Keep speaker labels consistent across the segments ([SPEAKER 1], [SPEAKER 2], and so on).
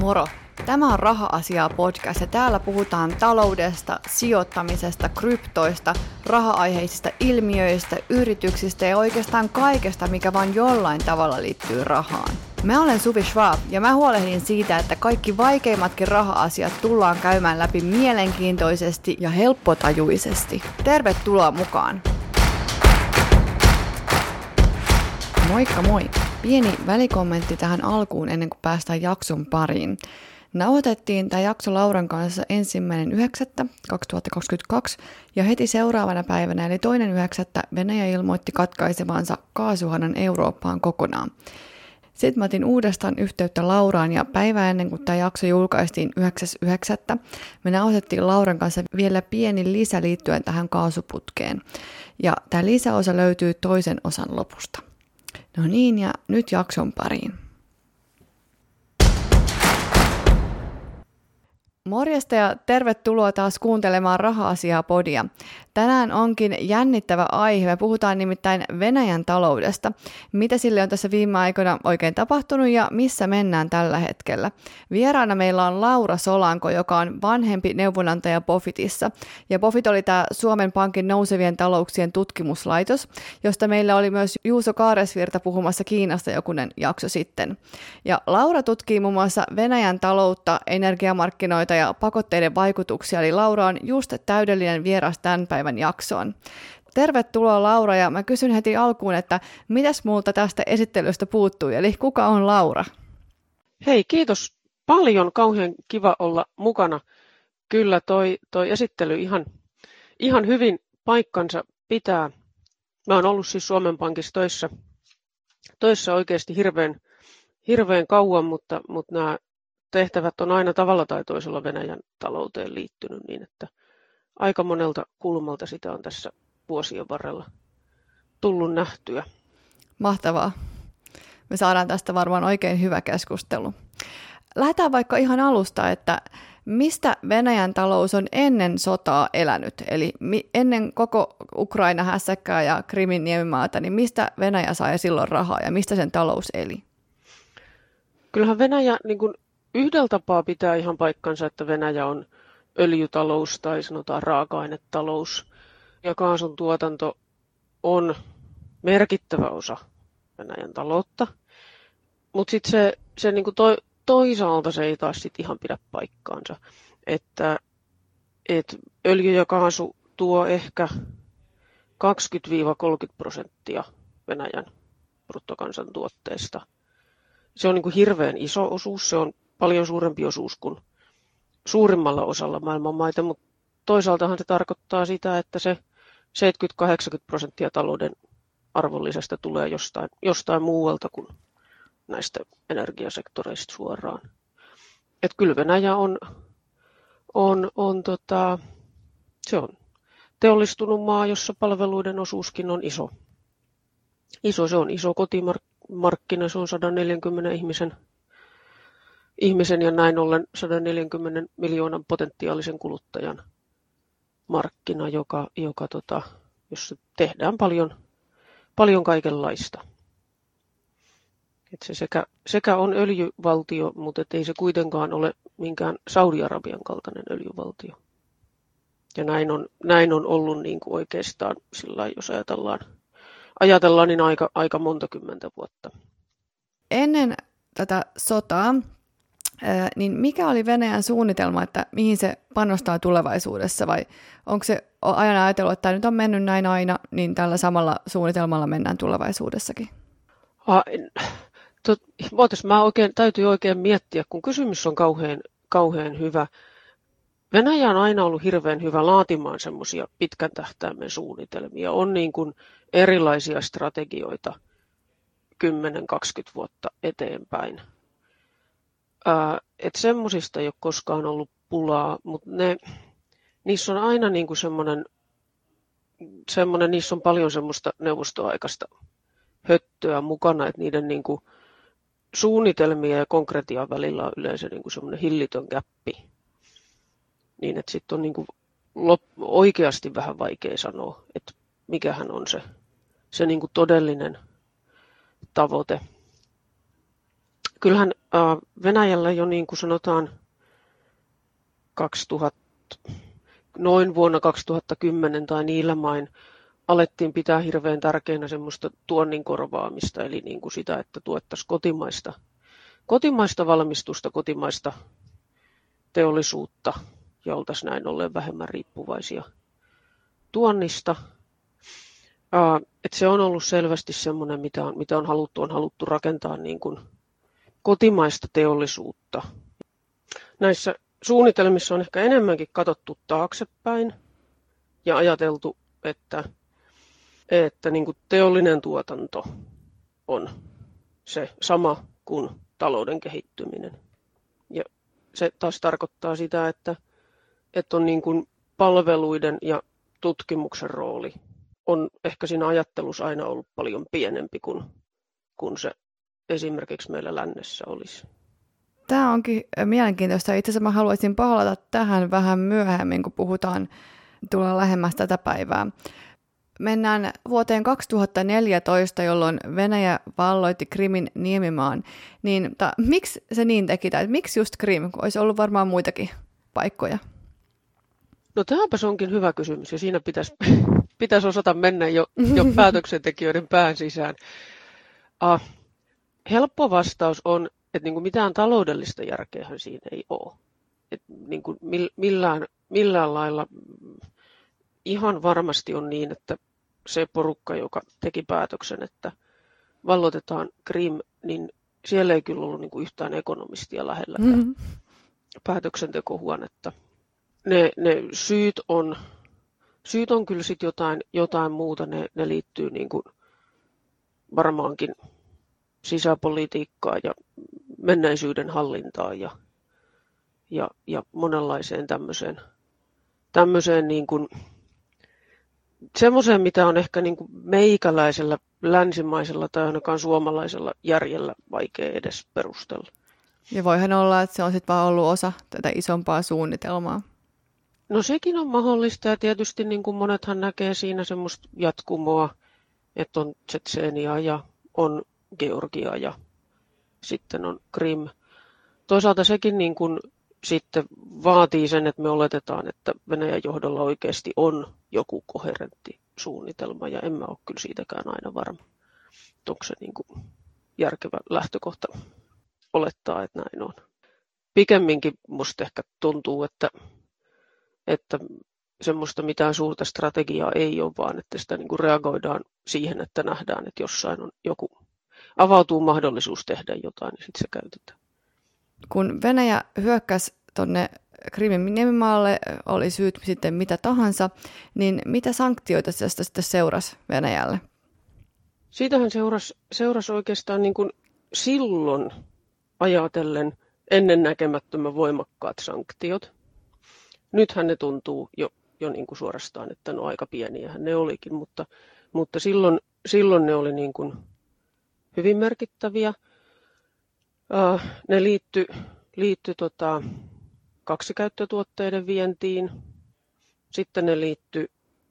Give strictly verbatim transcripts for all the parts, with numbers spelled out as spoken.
[SPEAKER 1] Moro! Tämä on Raha-asiaa podcast ja täällä puhutaan taloudesta, sijoittamisesta, kryptoista, raha-aiheisista ilmiöistä, yrityksistä ja oikeastaan kaikesta, mikä vain jollain tavalla liittyy rahaan. Mä olen Suvi Schwab ja mä huolehdin siitä, että kaikki vaikeimmatkin raha-asiat tullaan käymään läpi mielenkiintoisesti ja helppotajuisesti. Tervetuloa mukaan! Moikka moi! Pieni välikommentti tähän alkuun ennen kuin päästään jakson pariin. Nauhoitettiin tämä jakso Lauran kanssa ensimmäinen yhdeksättä kaksituhattakaksikymmentäkaksi ja heti seuraavana päivänä eli toinen yhdeksättä Venäjä ilmoitti katkaisevansa kaasuhannan Eurooppaan kokonaan. Sitten mä otin uudestaan yhteyttä Lauraan ja päivää ennen kuin tämä jakso julkaistiin yhdeksäs yhdeksättä me nauhoitettiin Lauran kanssa vielä pieni lisä liittyen tähän kaasuputkeen. Ja tämä lisäosa löytyy toisen osan lopusta. No niin, ja nyt jakson pariin. Morjesta ja tervetuloa taas kuuntelemaan Raha-asiaa podia. Tänään onkin jännittävä aihe. Me puhutaan nimittäin Venäjän taloudesta. Mitä sille on tässä viime aikoina oikein tapahtunut ja missä mennään tällä hetkellä. Vieraana meillä on Laura Solanko, joka on vanhempi neuvonantaja Pofitissa. Ja Pofit oli tämä Suomen Pankin nousevien talouksien tutkimuslaitos, josta meillä oli myös Juuso Kaaresvirta puhumassa Kiinasta jokunen jakso sitten. Ja Laura tutkii muun muassa Venäjän taloutta, energiamarkkinoita ja pakotteiden vaikutuksia, eli Laura on just täydellinen vieras tämän päivän jaksoon. Tervetuloa Laura, ja mä kysyn heti alkuun, että mitäs multa tästä esittelystä puuttui, eli kuka on Laura?
[SPEAKER 2] Hei, kiitos paljon, kauhean kiva olla mukana. Kyllä toi, toi esittely ihan, ihan hyvin paikkansa pitää. Mä oon ollut siis Suomen Pankissa töissä, töissä oikeasti hirveän, hirveän kauan, mutta, mutta nämä tehtävät on aina tavalla tai toisella Venäjän talouteen liittynyt niin, että aika monelta kulmalta sitä on tässä vuosien varrella tullut nähtyä.
[SPEAKER 1] Mahtavaa. Me saadaan tästä varmaan oikein hyvä keskustelu. Lähdetään vaikka ihan alusta, että mistä Venäjän talous on ennen sotaa elänyt? Eli ennen koko Ukraina hässäkkää ja Krimin niemimaata, niin mistä Venäjä sai silloin rahaa ja mistä sen talous eli?
[SPEAKER 2] Kyllähän Venäjä niin kuin yhdellä tapaa pitää ihan paikkansa, että Venäjä on öljytalous tai sanotaan raaka-ainetalous ja kaasun tuotanto on merkittävä osa Venäjän taloutta. Mutta sitten se, se niinku to, toisaalta se ei taas sit ihan pidä paikkaansa, että et öljy ja kaasu tuo ehkä kaksikymmentä kolmekymmentä prosenttia Venäjän bruttokansantuotteesta. Se on niinku hirveän iso osuus, se on paljon suurempi osuus kuin suurimmalla osalla maailman maita, mutta toisaaltahan se tarkoittaa sitä, että se seitsemänkymmentä kahdeksankymmentä prosenttia talouden arvonlisästä tulee jostain, jostain muualta kuin näistä energiasektoreista suoraan. Et kyllä Venäjä on, on, on, tota, se on teollistunut maa, jossa palveluiden osuuskin on iso. Iso se on iso kotimarkkina, se on sata neljäkymmentä ihmisen ihmisen ja näin ollen sata neljäkymmentä miljoonan potentiaalisen kuluttajan markkina, joka, joka tota, jossa tehdään paljon, paljon kaikenlaista. Et se sekä, sekä on öljyvaltio, mutta ei se kuitenkaan ole minkään Saudi-Arabian kaltainen öljyvaltio. Ja näin on, näin on ollut niin kuin oikeastaan, sillä jos ajatellaan, ajatellaan niin aika, aika monta kymmentä vuotta.
[SPEAKER 1] Ennen tätä sotaa, niin mikä oli Venäjän suunnitelma, että mihin se panostaa tulevaisuudessa, vai onko se aina ajatellut, että tämä nyt on mennyt näin aina, niin tällä samalla suunnitelmalla mennään tulevaisuudessakin?
[SPEAKER 2] Ha, tot, mä oikein, täytyy oikein miettiä, kun kysymys on kauhean, kauhean hyvä. Venäjä on aina ollut hirveän hyvä laatimaan semmoisia pitkän tähtäimen suunnitelmia. On niin kuin erilaisia strategioita kymmenen kaksikymmentä vuotta eteenpäin. Että semmoisista ei ole koskaan ollut pulaa, mutta ne, niissä on aina niinku semmoinen, semmoinen, niissä on paljon semmoista neuvostoaikaista höttöä mukana, että niiden niinku suunnitelmia ja konkretian välillä on yleensä niinku semmoinen hillitön gäppi. Niin että sitten on niinku lop, oikeasti vähän vaikea sanoa, että mikähän on se, se niinku todellinen tavoite. kyllähän Venäjällä jo niin kuin sanotaan kaksituhatta, noin vuonna kaksituhattakymmenen tai niillä main alettiin pitää hirveän tärkeänä semmoista tuonnin korvaamista, eli niin kuin sitä, että tuettaisiin kotimaista, kotimaista valmistusta, kotimaista teollisuutta ja oltaisiin näin ollen vähemmän riippuvaisia tuonnista. Että se on ollut selvästi semmoinen, mitä on, mitä on haluttu, on haluttu rakentaa niin kuin kotimaista teollisuutta. Näissä suunnitelmissa on ehkä enemmänkin katsottu taaksepäin ja ajateltu, että, että niin kuin teollinen tuotanto on se sama kuin talouden kehittyminen. Ja se taas tarkoittaa sitä, että, että on niin kuin palveluiden ja tutkimuksen rooli on ehkä siinä ajattelussa aina ollut paljon pienempi kuin, kuin se esimerkiksi meillä lännessä olisi.
[SPEAKER 1] Tämä onkin mielenkiintoista. Itse asiassa mä haluaisin palata tähän vähän myöhemmin, kun puhutaan, tullaan lähemmäs tätä päivää. Mennään vuoteen kaksituhattaneljätoista, jolloin Venäjä valloitti Krimin niemimaan. Niin, ta, miksi se niin teki? Tai miksi just Krim, kun olisi ollut varmaan muitakin paikkoja?
[SPEAKER 2] No tämäpäs onkin hyvä kysymys ja siinä pitäisi, pitäisi osata mennä jo, jo päätöksentekijöiden pään sisään. Uh, helppo vastaus on, että niin kuin mitään taloudellista järkeähän siinä ei ole. Et niin kuin millään, millään lailla ihan varmasti on niin, että se porukka, joka teki päätöksen, että valloitetaan Krim, niin siellä ei kyllä ollut niin kuin yhtään ekonomistia lähelläkään mm-hmm. päätöksentekohuonetta. Ne, ne syyt, on, syyt on kyllä sitten jotain, jotain muuta, ne, ne liittyy niin kuin varmaankin sisäpolitiikkaan ja menneisyyden hallintaan ja, ja, ja monenlaiseen tämmöiseen, tämmöiseen niin kuin, semmoiseen, mitä on ehkä niin kuin meikäläisellä, länsimaisella tai ainakaan suomalaisella järjellä vaikea edes perustella.
[SPEAKER 1] Ja voihan olla, että se on sitten vaan ollut osa tätä isompaa suunnitelmaa.
[SPEAKER 2] No sekin on mahdollista ja tietysti niin kuin monethan näkee siinä semmoista jatkumoa, että on Tsetseenia ja on Georgia ja sitten on Krim. Toisaalta sekin niin kuin sitten vaatii sen, että me oletetaan, että Venäjän johdolla oikeasti on joku koherentti suunnitelma ja en mä ole kyllä siitäkään aina varma. Onko se niin kuin järkevä lähtökohta olettaa, että näin on. Pikemminkin musta ehkä tuntuu, että, että semmoista mitään suurta strategiaa ei ole, vaan että sitä niin kuin reagoidaan siihen, että nähdään, että jossain on joku, avautuu mahdollisuus tehdä jotain, niin sitten se käytetään.
[SPEAKER 1] Kun Venäjä hyökkäsi tuonne Krimin niemimaalle, oli syyt sitten mitä tahansa, niin mitä sanktioita tästä sitten seurasi Venäjälle?
[SPEAKER 2] Siitähän seurasi, seurasi oikeastaan niin kuin silloin ajatellen ennennäkemättömän voimakkaat sanktiot. Nythän ne tuntuu jo, jo niin kuin suorastaan, että no aika pieniähän ne olikin, mutta, mutta silloin, silloin ne oli niin kuin hyvin merkittäviä. Uh, ne liittyi liitty, tota, kaksikäyttötuotteiden vientiin. Sitten ne liittyi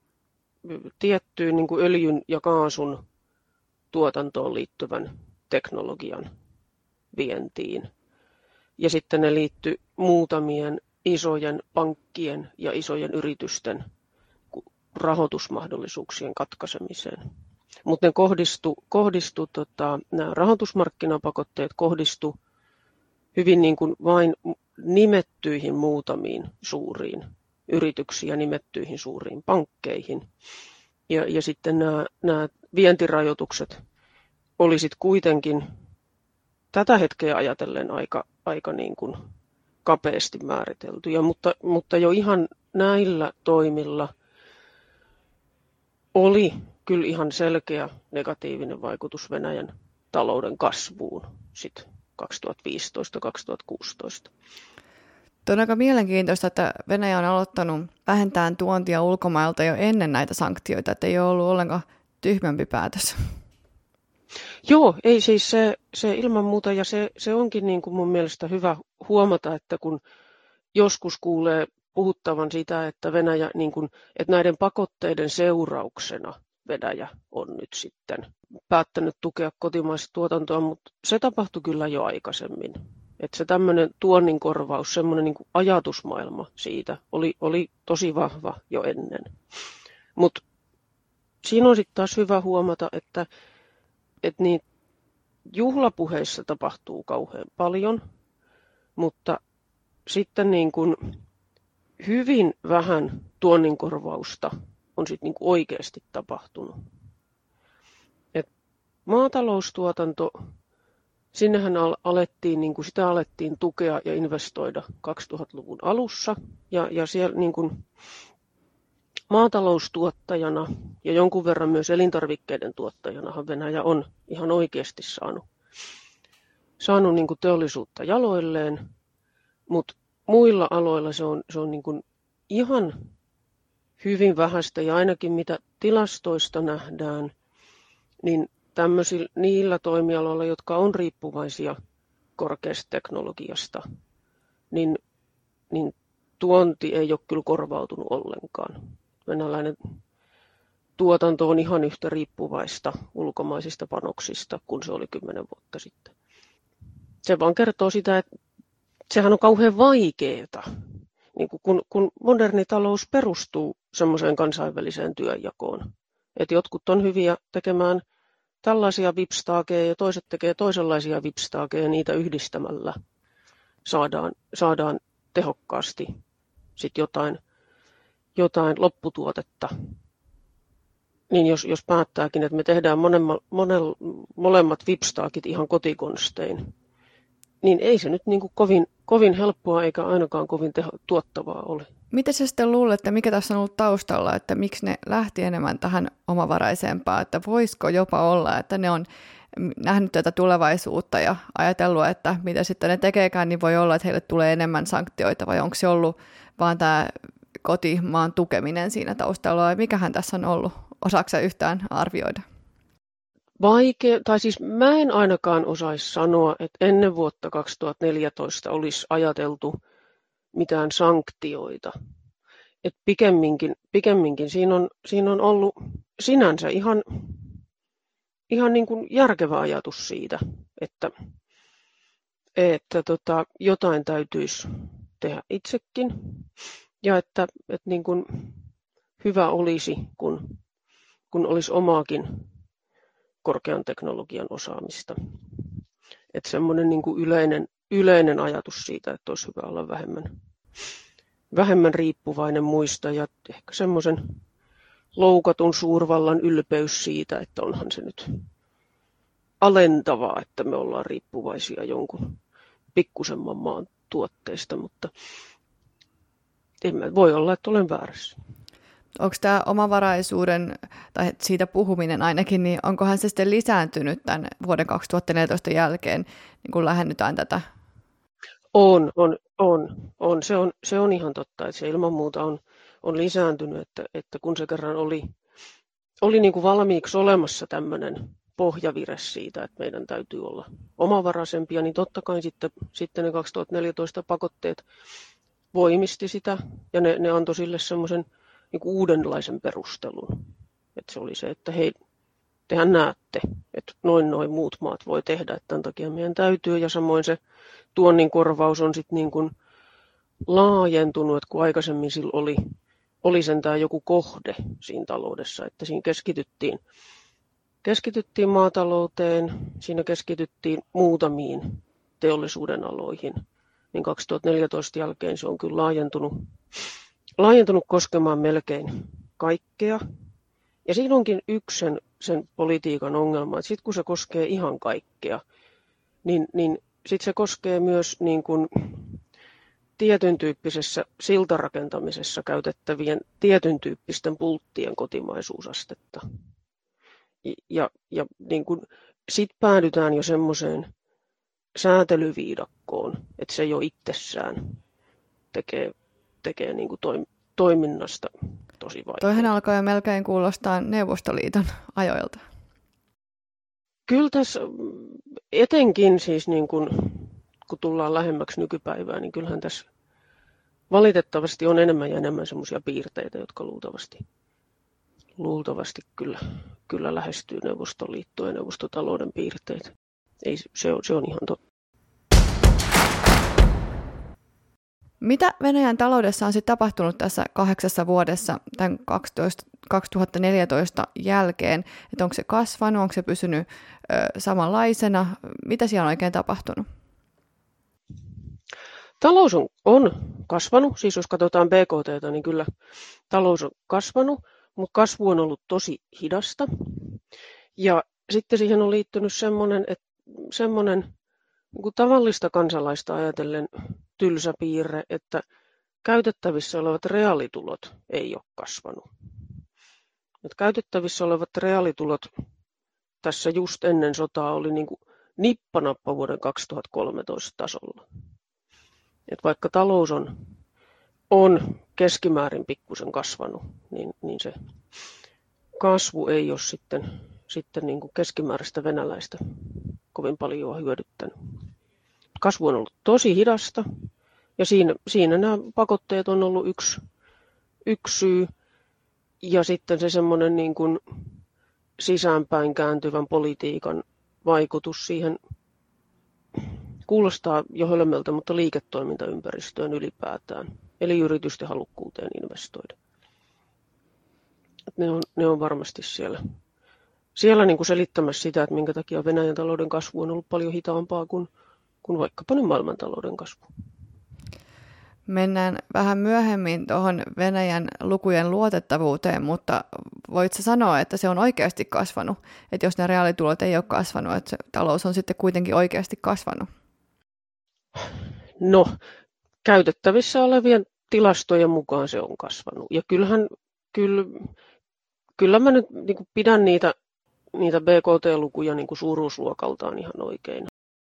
[SPEAKER 2] tiettyyn niin kuin öljyn ja kaasun tuotantoon liittyvän teknologian vientiin. Ja sitten ne liittyi muutamien isojen pankkien ja isojen yritysten rahoitusmahdollisuuksien katkaisemiseen. Mutta ne kohdistu, kohdistu tota, nämä rahoitusmarkkinapakotteet kohdistu hyvin niin kuin vain nimettyihin muutamiin suuriin yrityksiin ja nimettyihin suuriin pankkeihin. Ja, ja sitten nämä, nämä vientirajoitukset olisit kuitenkin tätä hetkeä ajatellen aika, aika niin kuin kapeasti määriteltyjä, mutta, mutta jo ihan näillä toimilla oli kyllä ihan selkeä negatiivinen vaikutus Venäjän talouden kasvuun sit kaksituhattaviisitoista kaksituhattakuusitoista.
[SPEAKER 1] Tuo on aika mielenkiintoista, että Venäjä on aloittanut vähentää tuontia ulkomailta jo ennen näitä sanktioita, että ei ole ollut ollenkaan tyhmempi päätös.
[SPEAKER 2] Joo, ei siis se, se ilman muuta ja se, se onkin niin kuin mun mielestä hyvä huomata, että kun joskus kuulee puhuttavan sitä, että Venäjä, niin kuin, että näiden pakotteiden seurauksena Venäjä on nyt sitten päättänyt tukea kotimaista tuotantoa, mutta se tapahtui kyllä jo aikaisemmin. Että se tämmöinen tuonnin korvaus, semmoinen niin kuin ajatusmaailma siitä oli, oli tosi vahva jo ennen. Mutta siinä on sitten taas hyvä huomata, että, että niin juhlapuheissa tapahtuu kauhean paljon, mutta sitten niin kuin hyvin vähän tuonnin korvausta on sitten niin kuin oikeasti tapahtunut. Et maataloustuotanto, sinnehän alettiin, niin kuin sitä alettiin tukea ja investoida kaksituhattaluvun alussa, ja, ja siellä niin kuin maataloustuottajana ja jonkun verran myös elintarvikkeiden tuottajanahan Venäjä on ihan oikeasti saanut, saanut niin kuin teollisuutta jaloilleen, mutta muilla aloilla se on, se on niin kuin ihan hyvin vähäistä, ja ainakin mitä tilastoista nähdään, niin tämmöisillä, niillä toimialoilla, jotka on riippuvaisia korkeasta teknologiasta, niin, niin tuonti ei ole kyllä korvautunut ollenkaan. Venäläinen tuotanto on ihan yhtä riippuvaista ulkomaisista panoksista kuin se oli kymmenen vuotta sitten. Se vaan kertoo sitä, että sehän on kauhean vaikeaa, niin kun, kun moderni talous perustuu semmoiseen kansainväliseen työnjakoon. Että jotkut on hyviä tekemään tällaisia vipstaakeja ja toiset tekee toisenlaisia vipstaakeja, ja niitä yhdistämällä saadaan, saadaan tehokkaasti sit jotain, jotain lopputuotetta. Niin jos, jos päättääkin, että me tehdään monemma, monel, molemmat vipstaakit ihan kotikonstein, niin ei se nyt niin kuin kovin, kovin helppoa eikä ainakaan kovin teho, tuottavaa ole.
[SPEAKER 1] Miten sä sitten luulet, että mikä tässä on ollut taustalla, että miksi ne lähti enemmän tähän omavaraisempaan, että voisiko jopa olla, että ne on nähnyt tätä tulevaisuutta ja ajatellut, että mitä sitten ne tekeekään, niin voi olla, että heille tulee enemmän sanktioita, vai onko se ollut vaan tämä kotimaan tukeminen siinä taustalla, vai mikähän tässä on ollut? Osaatko sä yhtään arvioida?
[SPEAKER 2] Vaikea, tai siis mä en ainakaan osaisi sanoa, että ennen vuotta kaksituhattaneljätoista olisi ajateltu mitään sanktioita. Et pikemminkin, pikemminkin siinä, on, siinä on ollut sinänsä ihan, ihan niin kuin järkevä ajatus siitä, että, että tota, jotain täytyisi tehdä itsekin ja että, että niin kuin hyvä olisi, kun, kun olisi omaakin korkean teknologian osaamista. Että semmoinen niin kuin yleinen, yleinen ajatus siitä, että olisi hyvä olla vähemmän, vähemmän riippuvainen muista ja ehkä semmoisen loukatun suurvallan ylpeys siitä, että onhan se nyt alentavaa, että me ollaan riippuvaisia jonkun pikkusemman maan tuotteista, mutta en mä, voi olla, että olen väärässä.
[SPEAKER 1] Onko tämä omavaraisuuden, tai siitä puhuminen ainakin, niin onkohan se sitten lisääntynyt tämän vuoden kaksituhattaneljätoista jälkeen, niin kun lähennytään tätä?
[SPEAKER 2] On, on, on, on. Se on, se on ihan totta, että se ilman muuta on, on lisääntynyt, että, että kun se kerran oli, oli niin kuin valmiiksi olemassa tämmöinen pohjavire siitä, että meidän täytyy olla omavaraisempia, niin totta kai sitten, sitten ne kaksituhattaneljätoista pakotteet voimisti sitä, ja ne, ne antoi sille semmoisen niin kuin uudenlaisen perustelun. Että se oli se, että hei, tehän näette, että noin noin muut maat voi tehdä, että tämän takia meidän täytyy. Ja samoin se tuonnin korvaus on sitten niin kuin laajentunut, että kun aikaisemmin sillä oli, oli sentään joku kohde siinä taloudessa, että siinä keskityttiin, keskityttiin maatalouteen, siinä keskityttiin muutamiin teollisuuden aloihin. Niin kaksituhattaneljätoista jälkeen se on kyllä laajentunut. laajentunut koskemaan melkein kaikkea. Ja siinä onkin yksi sen, sen politiikan ongelma, että sitten kun se koskee ihan kaikkea, niin, niin sitten se koskee myös niin kuin tietyn tyyppisessä siltarakentamisessa käytettävien tietyn tyyppisten pulttien kotimaisuusastetta. Ja, ja niin kuin sitten päädytään jo semmoiseen säätelyviidakkoon, että se jo itsessään tekee tekee niin kuin toiminnasta tosi vaikeaa.
[SPEAKER 1] Toihan alkaa jo melkein kuulostaa Neuvostoliiton ajoilta.
[SPEAKER 2] Kyllä tässä etenkin siis niin kuin, kun tullaan lähemmäksi nykypäivää, niin kyllähän tässä valitettavasti on enemmän ja enemmän semmoisia piirteitä, jotka luultavasti, luultavasti kyllä, kyllä lähestyy Neuvostoliittoa ja neuvostotalouden piirteitä. Ei, se, on, se on ihan totta.
[SPEAKER 1] Mitä Venäjän taloudessa on sitten tapahtunut tässä kahdeksassa vuodessa tämän kaksituhattaneljätoista jälkeen? Että onko se kasvanut, onko se pysynyt ö, samanlaisena? Mitä siellä on oikein tapahtunut?
[SPEAKER 2] Talous on, on kasvanut, siis jos katsotaan B K T:tä, niin kyllä talous on kasvanut, mutta kasvu on ollut tosi hidasta. Ja sitten siihen on liittynyt semmoinen, että semmoinen niin kuin tavallista kansalaista ajatellen tylsä piirre, että käytettävissä olevat reaalitulot ei ole kasvanut. Että käytettävissä olevat reaalitulot tässä just ennen sotaa oli niin kuin nippanappa vuoden kaksituhattakolmetoista tasolla. Että vaikka talous on, on keskimäärin pikkusen kasvanut, niin, niin se kasvu ei ole sitten, sitten niin kuin keskimääräistä venäläistä kovin paljon hyödyttänyt. Kasvu on ollut tosi hidasta ja siinä, siinä nämä pakotteet on ollut yksi, yksi syy. Ja sitten se semmoinen niin kuin sisäänpäin kääntyvän politiikan vaikutus siihen kuulostaa jo hölmöltä, mutta liiketoimintaympäristöön ylipäätään, eli yritysten halukkuuteen investoida. Ne on, ne on varmasti siellä, siellä niin kuin selittämässä sitä, että minkä takia Venäjän talouden kasvu on ollut paljon hitaampaa kuin, kuin vaikkapa nyt maailmantalouden kasvu.
[SPEAKER 1] Mennään vähän myöhemmin tuohon Venäjän lukujen luotettavuuteen, mutta voitko sanoa, että se on oikeasti kasvanut? Että jos ne reaalitulot ei ole kasvanut, että se talous on sitten kuitenkin oikeasti kasvanut?
[SPEAKER 2] No, käytettävissä olevien tilastojen mukaan se on kasvanut. Ja kyllähän, kyllä, kyllä mä nyt niin kuin pidän niitä, niitä B K T-lukuja niin kuin suuruusluokaltaan ihan oikein.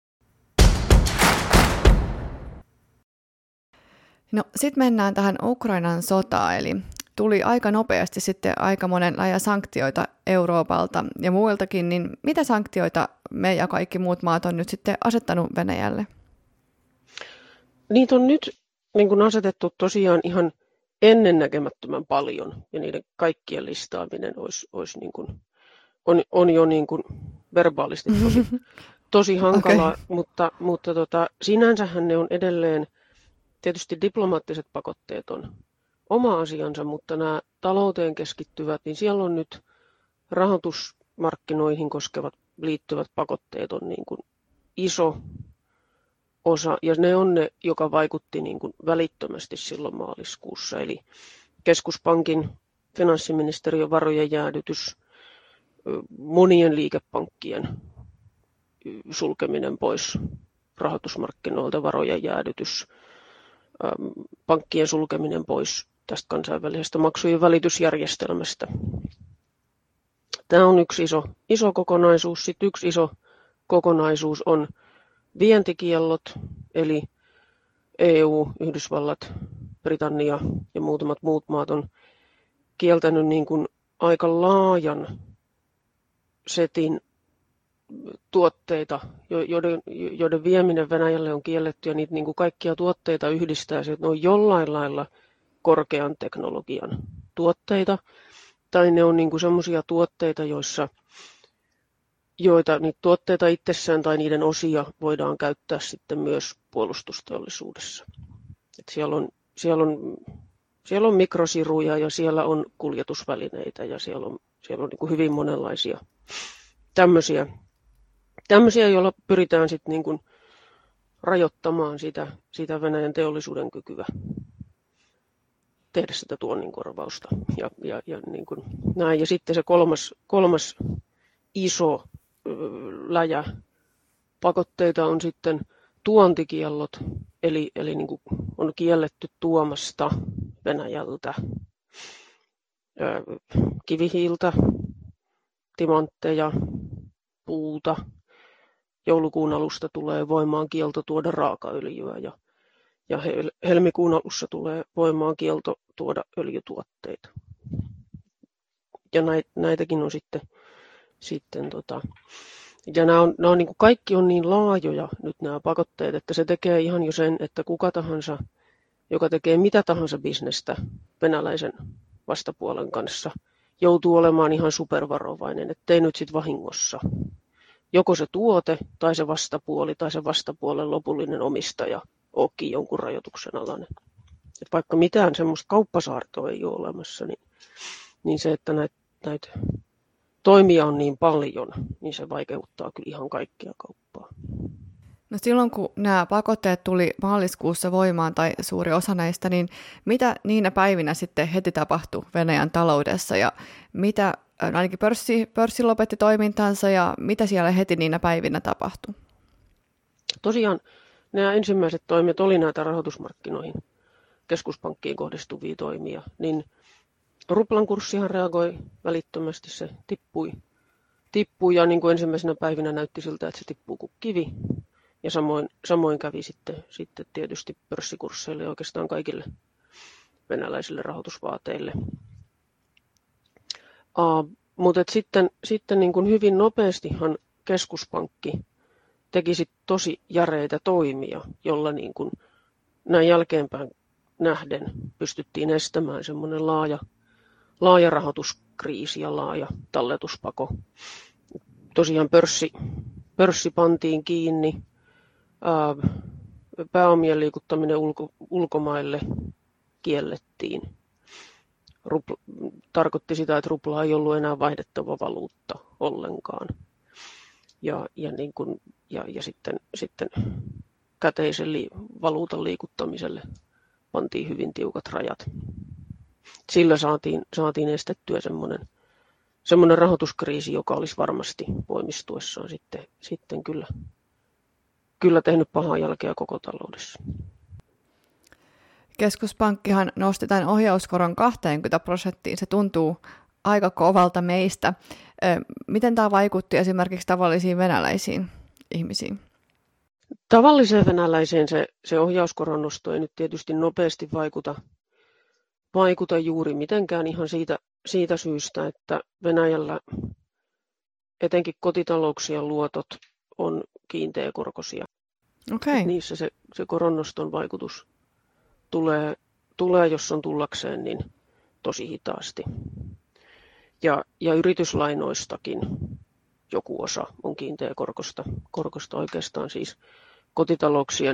[SPEAKER 1] No sitten mennään tähän Ukrainan sotaan, eli tuli aika nopeasti sitten aika monenlaisia sanktioita Euroopalta ja muiltakin, niin mitä sanktioita me ja kaikki muut maat on nyt sitten asettanut Venäjälle?
[SPEAKER 2] Niitä on nyt niin kuin asetettu tosiaan ihan ennennäkemättömän paljon ja niiden kaikkien listaaminen olisi, olisi niin kuin, on, on jo niin kuin verbaalisti tosi, tosi hankalaa, okay. mutta, mutta tota, sinänsähän ne on edelleen. Tietysti diplomaattiset pakotteet on oma asiansa, mutta nämä talouteen keskittyvät, niin siellä on nyt rahoitusmarkkinoihin koskevat liittyvät pakotteet on niin kuin iso osa, ja ne on ne, joka vaikutti niin kuin välittömästi silloin maaliskuussa. Eli keskuspankin finanssiministeriön varojen jäädytys, monien liikepankkien sulkeminen pois rahoitusmarkkinoilta, varojen jäädytys, pankkien sulkeminen pois tästä kansainvälisestä maksujen välitysjärjestelmästä. Tämä on yksi iso, iso kokonaisuus. Sitten yksi iso kokonaisuus on vientikiellot, eli E U, Yhdysvallat, Britannia ja muutamat muut maat on kieltänyt niin kuin aika laajan setin tuotteita, joiden, joiden vieminen Venäjälle on kielletty, ja niitä niin kuin kaikkia tuotteita yhdistää se, että ne on jollain lailla korkean teknologian tuotteita, tai ne on niin kuin sellaisia tuotteita, joissa, joita niitä tuotteita itsessään tai niiden osia voidaan käyttää sitten myös puolustusteollisuudessa. Et siellä on, siellä on, siellä on mikrosiruja ja siellä on kuljetusvälineitä ja siellä on, siellä on niin kuin hyvin monenlaisia tämmöisiä Tämmöisiä, joilla pyritään sitten niin kuin rajoittamaan sitä, sitä Venäjän teollisuuden kykyä tehdä sitä tuonnin korvausta. Ja, ja, ja, niin kuin näin. Ja sitten se kolmas, kolmas iso ö, läjä pakotteita on sitten tuontikiellot, eli, eli niin kuin on kielletty tuomasta Venäjältä ö, kivihiiltä, timantteja, puuta. Joulukuun alusta tulee voimaan kielto tuoda raakaöljyä ja, ja helmikuun alussa tulee voimaan kielto tuoda öljytuotteita. Ja näit, näitäkin on sitten, sitten tota, ja nämä on, nämä on niin kuin kaikki on niin laajoja nyt nämä pakotteet, että se tekee ihan jo sen, että kuka tahansa, joka tekee mitä tahansa bisnestä venäläisen vastapuolen kanssa joutuu olemaan ihan supervarovainen, ettei nyt sitten vahingossa. Joko se tuote tai se vastapuoli tai se vastapuolen lopullinen omistaja olekin jonkun rajoituksen alainen. Et vaikka mitään semmoista kauppasaartoa ei ole olemassa, niin, niin se, että näitä näit toimia on niin paljon, niin se vaikeuttaa kyllä ihan kaikkia kauppaa.
[SPEAKER 1] No silloin kun nämä pakotteet tuli maaliskuussa voimaan tai suuri osa näistä, niin mitä niinä päivinä sitten heti tapahtui Venäjän taloudessa ja mitä, ainakin pörssi, pörssi lopetti toimintansa ja mitä siellä heti niinä päivinä tapahtui?
[SPEAKER 2] Tosiaan nämä ensimmäiset toimet oli näitä rahoitusmarkkinoihin, keskuspankkiin kohdistuvia toimia, niin ruplan kurssihan reagoi välittömästi, se tippui, tippui ja niin kuin ensimmäisenä päivinä näytti siltä, että se tippuu kuin kivi. Ja samoin, samoin kävi sitten, sitten tietysti pörssikursseille ja oikeastaan kaikille venäläisille rahoitusvaateille. Uh, mutta sitten, sitten niin kuin hyvin nopeastihan keskuspankki teki sit tosi järeitä toimia, jolla niin kuin näin jälkeenpäin nähden pystyttiin estämään semmoinen laaja, laaja rahoituskriisi ja laaja talletuspako. Tosiaan pörssi, pörssi pantiin kiinni. Pääomien liikuttaminen ulko, ulkomaille kiellettiin. Rupla, tarkoitti sitä, että rupla ei ollut enää vaihdettava valuutta ollenkaan. Ja, ja, niin kuin, ja, ja sitten, sitten käteisen li, valuutan liikuttamiselle pantiin hyvin tiukat rajat. Sillä saatiin, saatiin estettyä semmoinen, semmoinen rahoituskriisi, joka olisi varmasti voimistuessaan sitten, sitten kyllä. Kyllä tehnyt pahaa jälkeä koko taloudessa.
[SPEAKER 1] Keskuspankkihan nosti tämän ohjauskoron kaksikymmentä prosenttiin. Se tuntuu aika kovalta meistä. Miten tämä vaikutti esimerkiksi tavallisiin venäläisiin ihmisiin?
[SPEAKER 2] Tavalliseen venäläiseen se, se ohjauskoron nosto ei nyt tietysti nopeasti vaikuta, vaikuta juuri mitenkään ihan siitä, siitä syystä, että Venäjällä etenkin kotitalouksien luotot on kiinteäkorkoisia.
[SPEAKER 1] Okay.
[SPEAKER 2] Niissä se, se koronnoston vaikutus tulee, tulee, jos on tullakseen, niin tosi hitaasti. Ja, ja yrityslainoistakin joku osa on kiinteäkorkosta. Korkosta oikeastaan siis kotitalouksien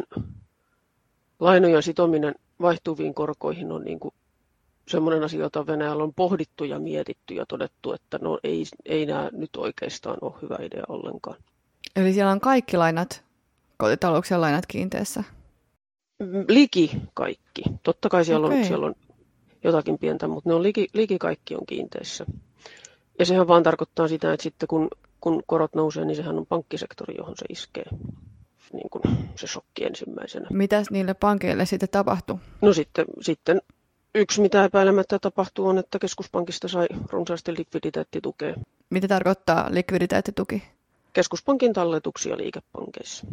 [SPEAKER 2] lainojen sitominen vaihtuviin korkoihin on niin kuin semmoinen asia, jota Venäjällä on pohdittu ja mietitty ja todettu, että no ei, ei nämä nyt oikeastaan ole hyvä idea ollenkaan.
[SPEAKER 1] Eli siellä on kaikki lainat, kotitalouksien lainat kiinteässä?
[SPEAKER 2] Liki kaikki. Totta kai siellä,
[SPEAKER 1] okay.
[SPEAKER 2] on, siellä on jotakin pientä, mutta ne on liki, liki kaikki on kiinteissä. Ja sehän vaan tarkoittaa sitä, että sitten kun, kun korot nousee, niin sehän on pankkisektori, johon se iskee. Niin kuin se shokki ensimmäisenä.
[SPEAKER 1] Mitäs niille pankeille sitten tapahtui?
[SPEAKER 2] No sitten, sitten yksi, mitä epäilemättä tapahtuu, on, että keskuspankista sai runsaasti likviditeettitukea.
[SPEAKER 1] Mitä tarkoittaa likviditeettituki?
[SPEAKER 2] Keskuspankin talletuksia liikepankeissa.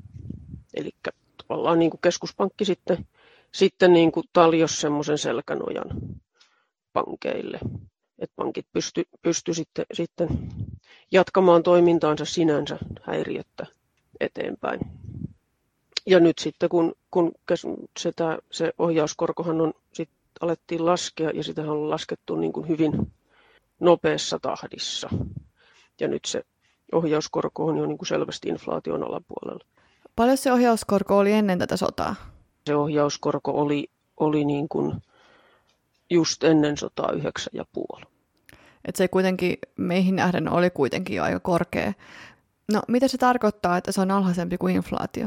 [SPEAKER 2] Eli tavallaan niin kuin keskuspankki sitten, sitten niin kuin tarjosi semmoisen selkänojan pankeille. Että pankit pysty, pysty sitten, sitten jatkamaan toimintaansa sinänsä häiriöttä eteenpäin. Ja nyt sitten kun, kun se, tää, se ohjauskorkohan on sit alettiin laskea ja sitä on laskettu niin kuin hyvin nopeassa tahdissa. Ja nyt se ohjauskorko on jo niin kuin selvästi inflaation alapuolella.
[SPEAKER 1] Paljon se ohjauskorko oli ennen tätä sotaa?
[SPEAKER 2] Se ohjauskorko oli, oli niin kuin just ennen sotaa yhdeksän ja puoli.
[SPEAKER 1] Että se kuitenkin meihin nähden oli kuitenkin jo aika korkea. No mitä se tarkoittaa, että se on alhaisempi kuin inflaatio?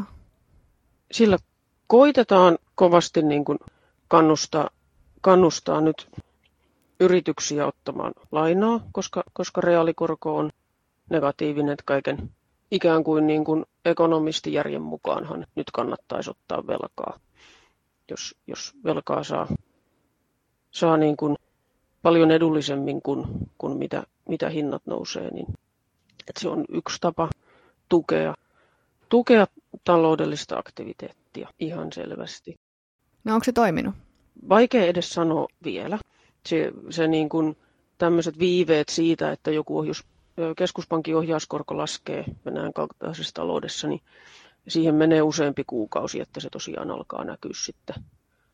[SPEAKER 2] Sillä koitetaan kovasti niin kuin kannustaa, kannustaa nyt yrityksiä ottamaan lainaa, koska, koska reaalikorko on negatiivinen kaiken ikään kuin, niin kuin ekonomistijärjen mukaanhan nyt kannattaisi ottaa velkaa. Jos, jos velkaa saa, saa niin kuin paljon edullisemmin kuin, kuin mitä, mitä hinnat nousee, niin että se on yksi tapa tukea, tukea taloudellista aktiviteettia ihan selvästi.
[SPEAKER 1] No onko se toiminut?
[SPEAKER 2] Vaikea edes sanoa vielä. Se, se niin kuin tämmöiset viiveet siitä, että joku ohjus, keskuspankin ohjauskorko laskee Venäjän kaltaisessa taloudessa, niin siihen menee useampi kuukausi, että se tosiaan alkaa näkyä sitten,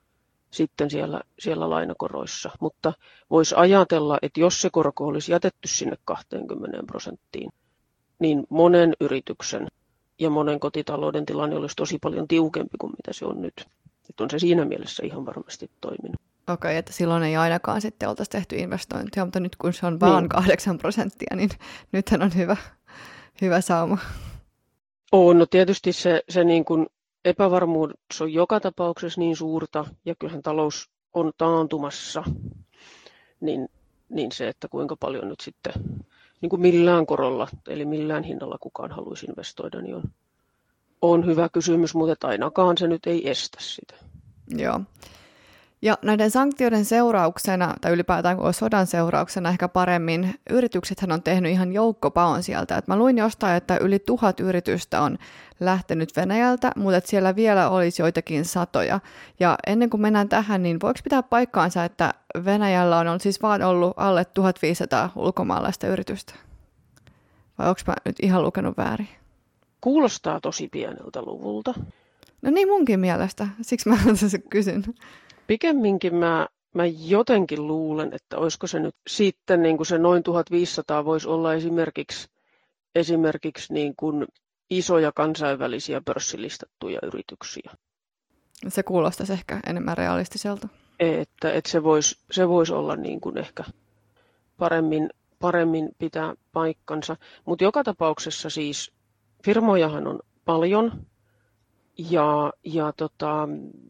[SPEAKER 2] sitten siellä, siellä lainakoroissa. Mutta voisi ajatella, että jos se korko olisi jätetty sinne kaksikymmentä prosenttiin, niin monen yrityksen ja monen kotitalouden tilanne olisi tosi paljon tiukempi kuin mitä se on nyt. Että on se siinä mielessä ihan varmasti toiminut.
[SPEAKER 1] Okei, että silloin ei ainakaan sitten oltaisi tehty investointia, mutta nyt kun se on vaan kahdeksan prosenttia, niin nythän on hyvä, hyvä sauma.
[SPEAKER 2] On, no tietysti se, se niin kuin epävarmuus on joka tapauksessa niin suurta, ja kyllähän talous on taantumassa, niin, niin se, että kuinka paljon nyt sitten niin kuin millään korolla, eli millään hinnalla kukaan haluaisi investoida, niin on, on hyvä kysymys, mutta ainakaan se nyt ei estä sitä.
[SPEAKER 1] Joo. Ja näiden sanktioiden seurauksena, tai ylipäätään koko sodan seurauksena ehkä paremmin, yrityksethän on tehnyt ihan joukkopaon sieltä. Et mä luin jostain, että yli tuhat yritystä on lähtenyt Venäjältä, mutta että siellä vielä olisi joitakin satoja. Ja ennen kuin mennään tähän, niin voiko pitää paikkaansa, että Venäjällä on ollut, siis vaan ollut alle tuhatviisisataa ulkomaalaista yritystä? Vai onko mä nyt ihan lukenut väärin?
[SPEAKER 2] Kuulostaa tosi pieneltä luvulta.
[SPEAKER 1] No niin munkin mielestä, siksi mä kysyn.
[SPEAKER 2] Pikemminkin mä, mä jotenkin luulen, että olisiko se nyt sitten niin kuin se noin tuhatviisisataa voisi olla esimerkiksi, esimerkiksi niin kuin isoja kansainvälisiä pörssilistattuja yrityksiä.
[SPEAKER 1] Se kuulostaisi ehkä enemmän realistiselta.
[SPEAKER 2] Että, että se voisi se vois olla niin kuin ehkä paremmin, paremmin pitää paikkansa. Mutta joka tapauksessa siis firmojahan on paljon ja, ja tota,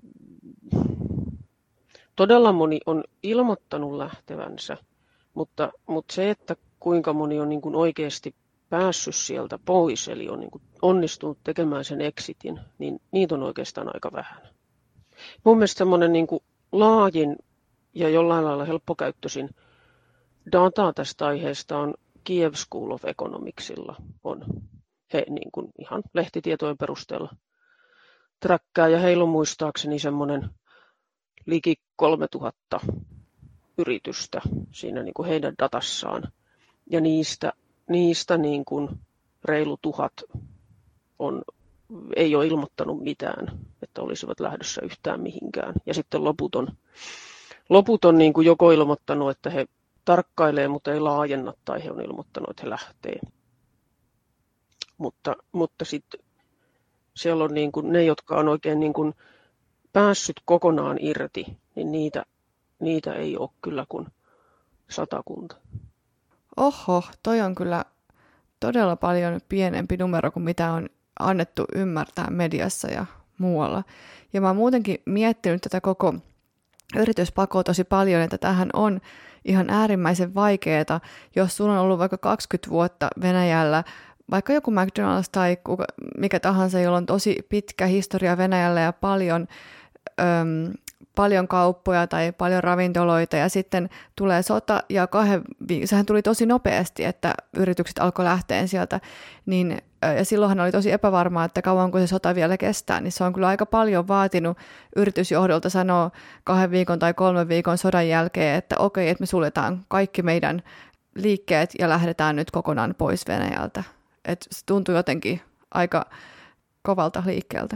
[SPEAKER 2] todella moni on ilmoittanut lähtevänsä, mutta, mutta se, että kuinka moni on niin kuin oikeasti päässyt sieltä pois, eli on niin kuin onnistunut tekemään sen exitin, niin niitä on oikeastaan aika vähän. Mun mielestä semmoinen niin kuin laajin ja jollain lailla helppokäyttöisin data tästä aiheesta on Kiev School of Economicsilla. On he niin kuin ihan lehtitietojen perusteella träkkää, ja heillä on muistaakseni semmoinen liki kolmetuhatta yritystä siinä niin kuin heidän datassaan. Ja niistä, niistä niin kuin reilu tuhat on, ei ole ilmoittanut mitään, että olisivat lähdössä yhtään mihinkään. Ja sitten loput on, loput on niin kuin joko ilmoittanut, että he tarkkailee, mutta ei laajenna, tai he on ilmoittanut, että he lähtee. Mutta, mutta sitten siellä on niin kuin ne, jotka on oikein niin kuin päässyt kokonaan irti, niin niitä, niitä ei ole kyllä kuin satakunta.
[SPEAKER 1] Oho, toi on kyllä todella paljon pienempi numero kuin mitä on annettu ymmärtää mediassa ja muualla. Ja mä oon muutenkin miettinyt tätä koko yrityspakoa tosi paljon, että tämähän on ihan äärimmäisen vaikeaa, jos sulla on ollut vaikka kaksikymmentä vuotta Venäjällä, vaikka joku McDonald's tai kuka, mikä tahansa, jolla on tosi pitkä historia Venäjällä ja paljon, öm, paljon kauppoja tai paljon ravintoloita, ja sitten tulee sota, ja kahden, sehän tuli tosi nopeasti, että yritykset alkoi lähteä sieltä, niin, ja silloinhan oli tosi epävarmaa, että kauanko se sota vielä kestää, niin se on kyllä aika paljon vaatinut yritysjohdolta sanoa kahden viikon tai kolmen viikon sodan jälkeen, että okei, että me suljetaan kaikki meidän liikkeet ja lähdetään nyt kokonaan pois Venäjältä. Että se tuntuu jotenkin aika kovalta liikkeeltä.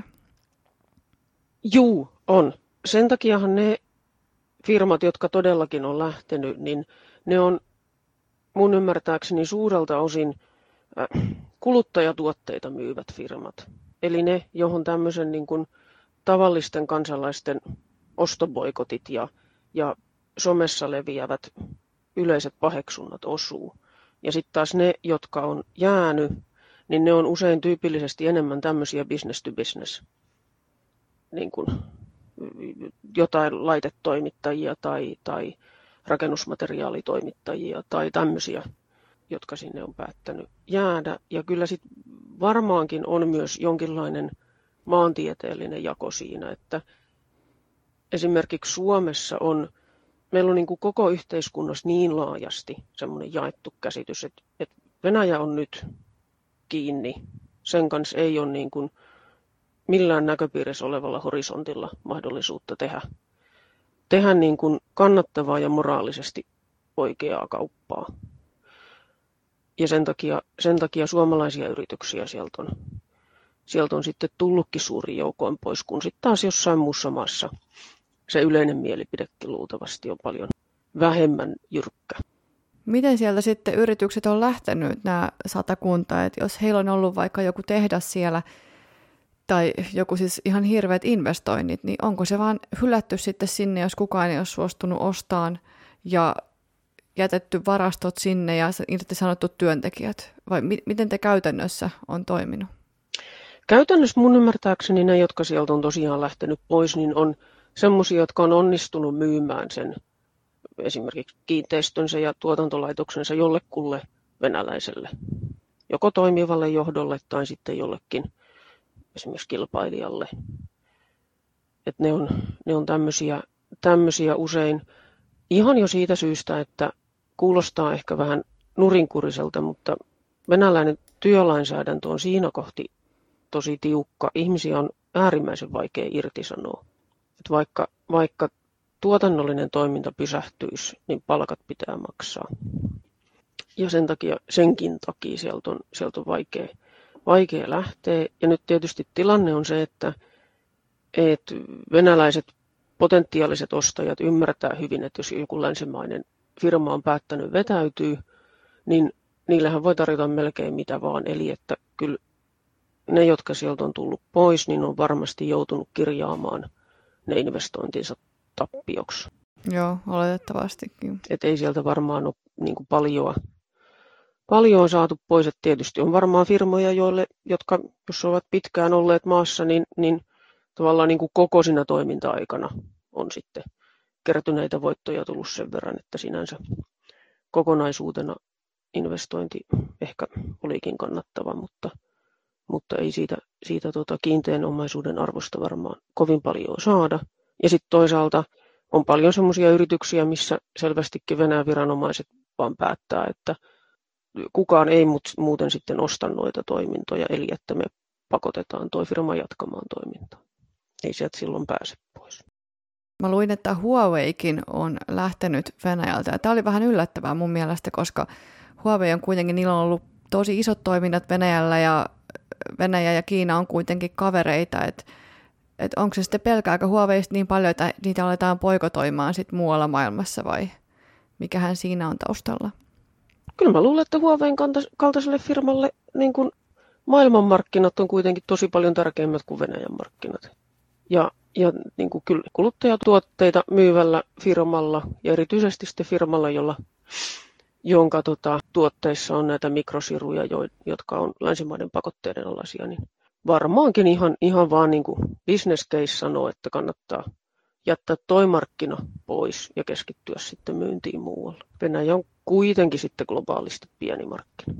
[SPEAKER 2] Juu, on. Sen takiahan ne firmat, jotka todellakin on lähtenyt, niin ne on mun ymmärtääkseni suurelta osin kuluttajatuotteita myyvät firmat. Eli ne, johon tämmöisen niin kuin tavallisten kansalaisten ostoboikotit ja, ja somessa leviävät yleiset paheksunnat osuu. Ja sitten taas ne, jotka on jäänyt, niin ne on usein tyypillisesti enemmän tämmöisiä business to business, niin kuin jotain laitetoimittajia tai, tai rakennusmateriaalitoimittajia tai tämmöisiä, jotka sinne on päättänyt jäädä. Ja kyllä sitten varmaankin on myös jonkinlainen maantieteellinen jako siinä, että esimerkiksi Suomessa on, meillä on niin kuin koko yhteiskunnassa niin laajasti semmoinen jaettu käsitys, että, että Venäjä on nyt kiinni. Sen kanssa ei ole niin kuin millään näköpiirissä olevalla horisontilla mahdollisuutta tehdä, tehdä niin kuin kannattavaa ja moraalisesti oikeaa kauppaa. Ja sen takia, sen takia suomalaisia yrityksiä sieltä on, sieltä on sitten tullutkin suurin joukoin pois, kun sitten taas jossain muussa maassa se yleinen mielipidekin luultavasti on paljon vähemmän jyrkkä.
[SPEAKER 1] Miten sieltä sitten yritykset on lähtenyt, nämä satakunta, että jos heillä on ollut vaikka joku tehdas siellä tai joku siis ihan hirveät investoinnit, niin onko se vaan hylätty sitten sinne, jos kukaan ei ole suostunut ostamaan ja jätetty varastot sinne ja irtisanottu työntekijät? Vai mi- miten te käytännössä on toiminut?
[SPEAKER 2] Käytännössä mun ymmärtääkseni ne, jotka sieltä on tosiaan lähtenyt pois, niin on semmoisia, jotka on onnistunut myymään sen esimerkiksi kiinteistönsä ja tuotantolaitoksensa jollekulle venäläiselle, joko toimivalle johdolle tai sitten jollekin esimerkiksi kilpailijalle. Et ne on, ne on tämmöisiä, tämmöisiä usein ihan jo siitä syystä, että kuulostaa ehkä vähän nurinkuriselta, mutta venäläinen työlainsäädäntö on siinä kohti tosi tiukka. Ihmisiä on äärimmäisen vaikea irtisanoa. Et vaikka, vaikka tuotannollinen toiminta pysähtyisi, niin palkat pitää maksaa. Ja sen takia, senkin takia sieltä on, sieltä on vaikea, vaikea lähteä. Ja nyt tietysti tilanne on se, että, että venäläiset potentiaaliset ostajat ymmärtää hyvin, että jos joku länsimainen firma on päättänyt vetäytyä, niin niillähän voi tarjota melkein mitä vaan. Eli että kyllä ne, jotka sieltä on tullut pois, niin on varmasti joutunut kirjaamaan ne investointinsa tappioksi.
[SPEAKER 1] Joo, oletettavastikin.
[SPEAKER 2] Et ei sieltä varmaan ole niin kuin paljoa, paljoa saatu pois. Et tietysti on varmaan firmoja, joille, jotka jos ovat pitkään olleet maassa, niin, niin tavallaan niin kuin koko siinä toiminta-aikana on sitten kertyneitä voittoja tullut sen verran, että sinänsä kokonaisuutena investointi ehkä olikin kannattava, mutta, mutta ei siitä, siitä tota kiinteän omaisuuden arvosta varmaan kovin paljon saada. Ja sitten toisaalta on paljon sellaisia yrityksiä, missä selvästikin Venäjän viranomaiset vaan päättää, että kukaan ei muuten sitten osta noita toimintoja, eli että me pakotetaan tuo firma jatkamaan toimintaa. Ei sieltä silloin pääse pois.
[SPEAKER 1] Mä luin, että Huaweikin on lähtenyt Venäjältä, ja tämä oli vähän yllättävää mun mielestä, koska Huawei on kuitenkin, niillä on ollut tosi isot toiminnat Venäjällä, ja Venäjä ja Kiina on kuitenkin kavereita, että et onko se sitten pelkääkö Huaweista niin paljon, että niitä aletaan poikotoimaan sit muualla maailmassa, vai mikähän siinä on taustalla?
[SPEAKER 2] Kyllä mä luulen, että Huawein kaltaiselle firmalle niin kun maailmanmarkkinat on kuitenkin tosi paljon tärkeimmät kuin Venäjän markkinat. Ja, ja niin kuin kyllä kuluttajatuotteita myyvällä firmalla ja erityisesti sitten firmalla, jolla, jonka tota, tuotteissa on näitä mikrosiruja, jo, jotka on länsimaiden pakotteiden alaisia, niin varmaankin ihan, ihan vaan niin kuin business case sanoo, että kannattaa jättää toi markkina pois ja keskittyä sitten myyntiin muualle. Venäjä on kuitenkin sitten globaalisti pieni markkina.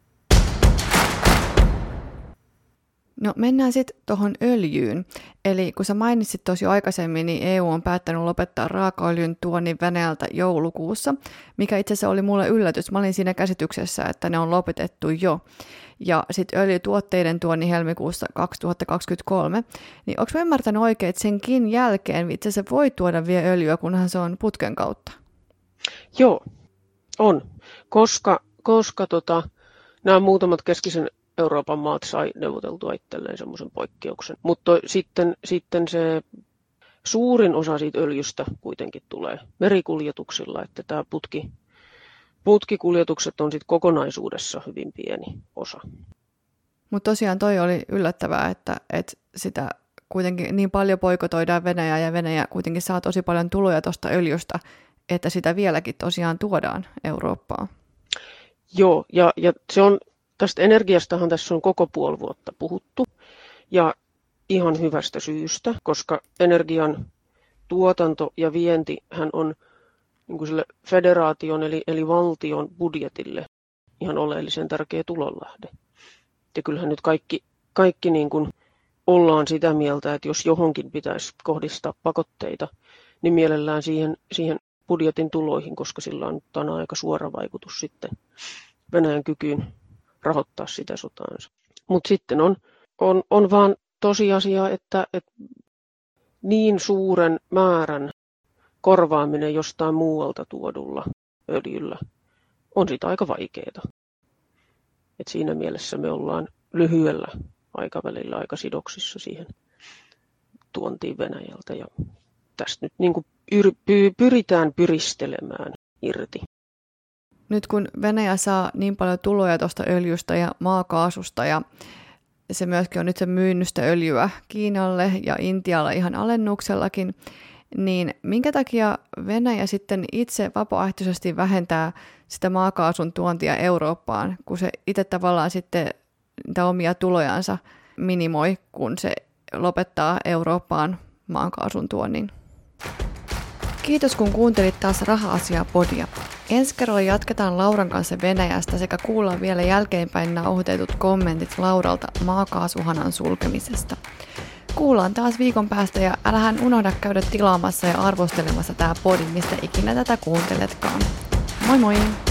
[SPEAKER 1] No mennään sitten tuohon öljyyn. Eli kun sä mainitsit tuossa jo aikaisemmin, niin E U on päättänyt lopettaa raakaöljyn tuonnin Venäjältä joulukuussa, mikä itse asiassa oli mulle yllätys. Mä olin siinä käsityksessä, että ne on lopetettu jo. Ja sitten öljytuotteiden tuonni helmikuussa kaksituhattakaksikymmentäkolme. Niin onko mä ymmärtänyt oikein, että senkin jälkeen itse asiassa voi tuoda vielä öljyä, kunhan se on putken kautta?
[SPEAKER 2] Joo, on. Koska, koska tota, nämä muutamat keskisen Euroopan maat sai neuvoteltua itselleen semmoisen poikkeuksen. Mutta sitten, sitten se suurin osa siitä öljystä kuitenkin tulee merikuljetuksilla, että tämä putki, putkikuljetukset on sitten kokonaisuudessa hyvin pieni osa.
[SPEAKER 1] Mutta tosiaan toi oli yllättävää, että, että sitä kuitenkin niin paljon poikotoidaan Venäjää ja Venäjä kuitenkin saa tosi paljon tuloja tuosta öljystä, että sitä vieläkin tosiaan tuodaan Eurooppaan.
[SPEAKER 2] Joo, ja, ja se on, tästä energiastahan tässä on koko puoli vuotta puhuttu, ja ihan hyvästä syystä, koska energian tuotanto ja vienti hän on niin kuin sille federaation eli, eli valtion budjetille ihan oleellisen tärkeä tulonlähde. Ja kyllähän nyt kaikki, kaikki niin kuin ollaan sitä mieltä, että jos johonkin pitäisi kohdistaa pakotteita, niin mielellään siihen, siihen budjetin tuloihin, koska sillä on, on aika suora vaikutus sitten Venäjän kykyyn rahoittaa sitä sotaansa. Mutta sitten on, on, on vaan tosiasia, että, että niin suuren määrän korvaaminen jostain muualta tuodulla öljyllä on sitä aika vaikeaa. Et siinä mielessä me ollaan lyhyellä aikavälillä aika sidoksissa siihen tuontiin Venäjältä. Ja tästä nyt niin kuin pyr- pyritään pyristelemään irti.
[SPEAKER 1] Nyt kun Venäjä saa niin paljon tuloja tuosta öljystä ja maakaasusta ja se myöskin on nyt se myynnystä öljyä Kiinalle ja Intialle ihan alennuksellakin, niin minkä takia Venäjä sitten itse vapaaehtoisesti vähentää sitä maakaasun tuontia Eurooppaan, kun se itse tavallaan sitten niitä omia tulojansa minimoi, kun se lopettaa Eurooppaan maakaasun tuonnin. Kiitos kun kuuntelit taas Raha-asiaa-podia. Ensi kerralla jatketaan Lauran kanssa Venäjästä sekä kuullaan vielä jälkeenpäin nauhoitetut kommentit Lauralta maakaasuhanan sulkemisesta. Kuullaan taas viikon päästä ja älähän unohda käydä tilaamassa ja arvostelemassa tää podi, mistä ikinä tätä kuunteletkaan. Moi moi!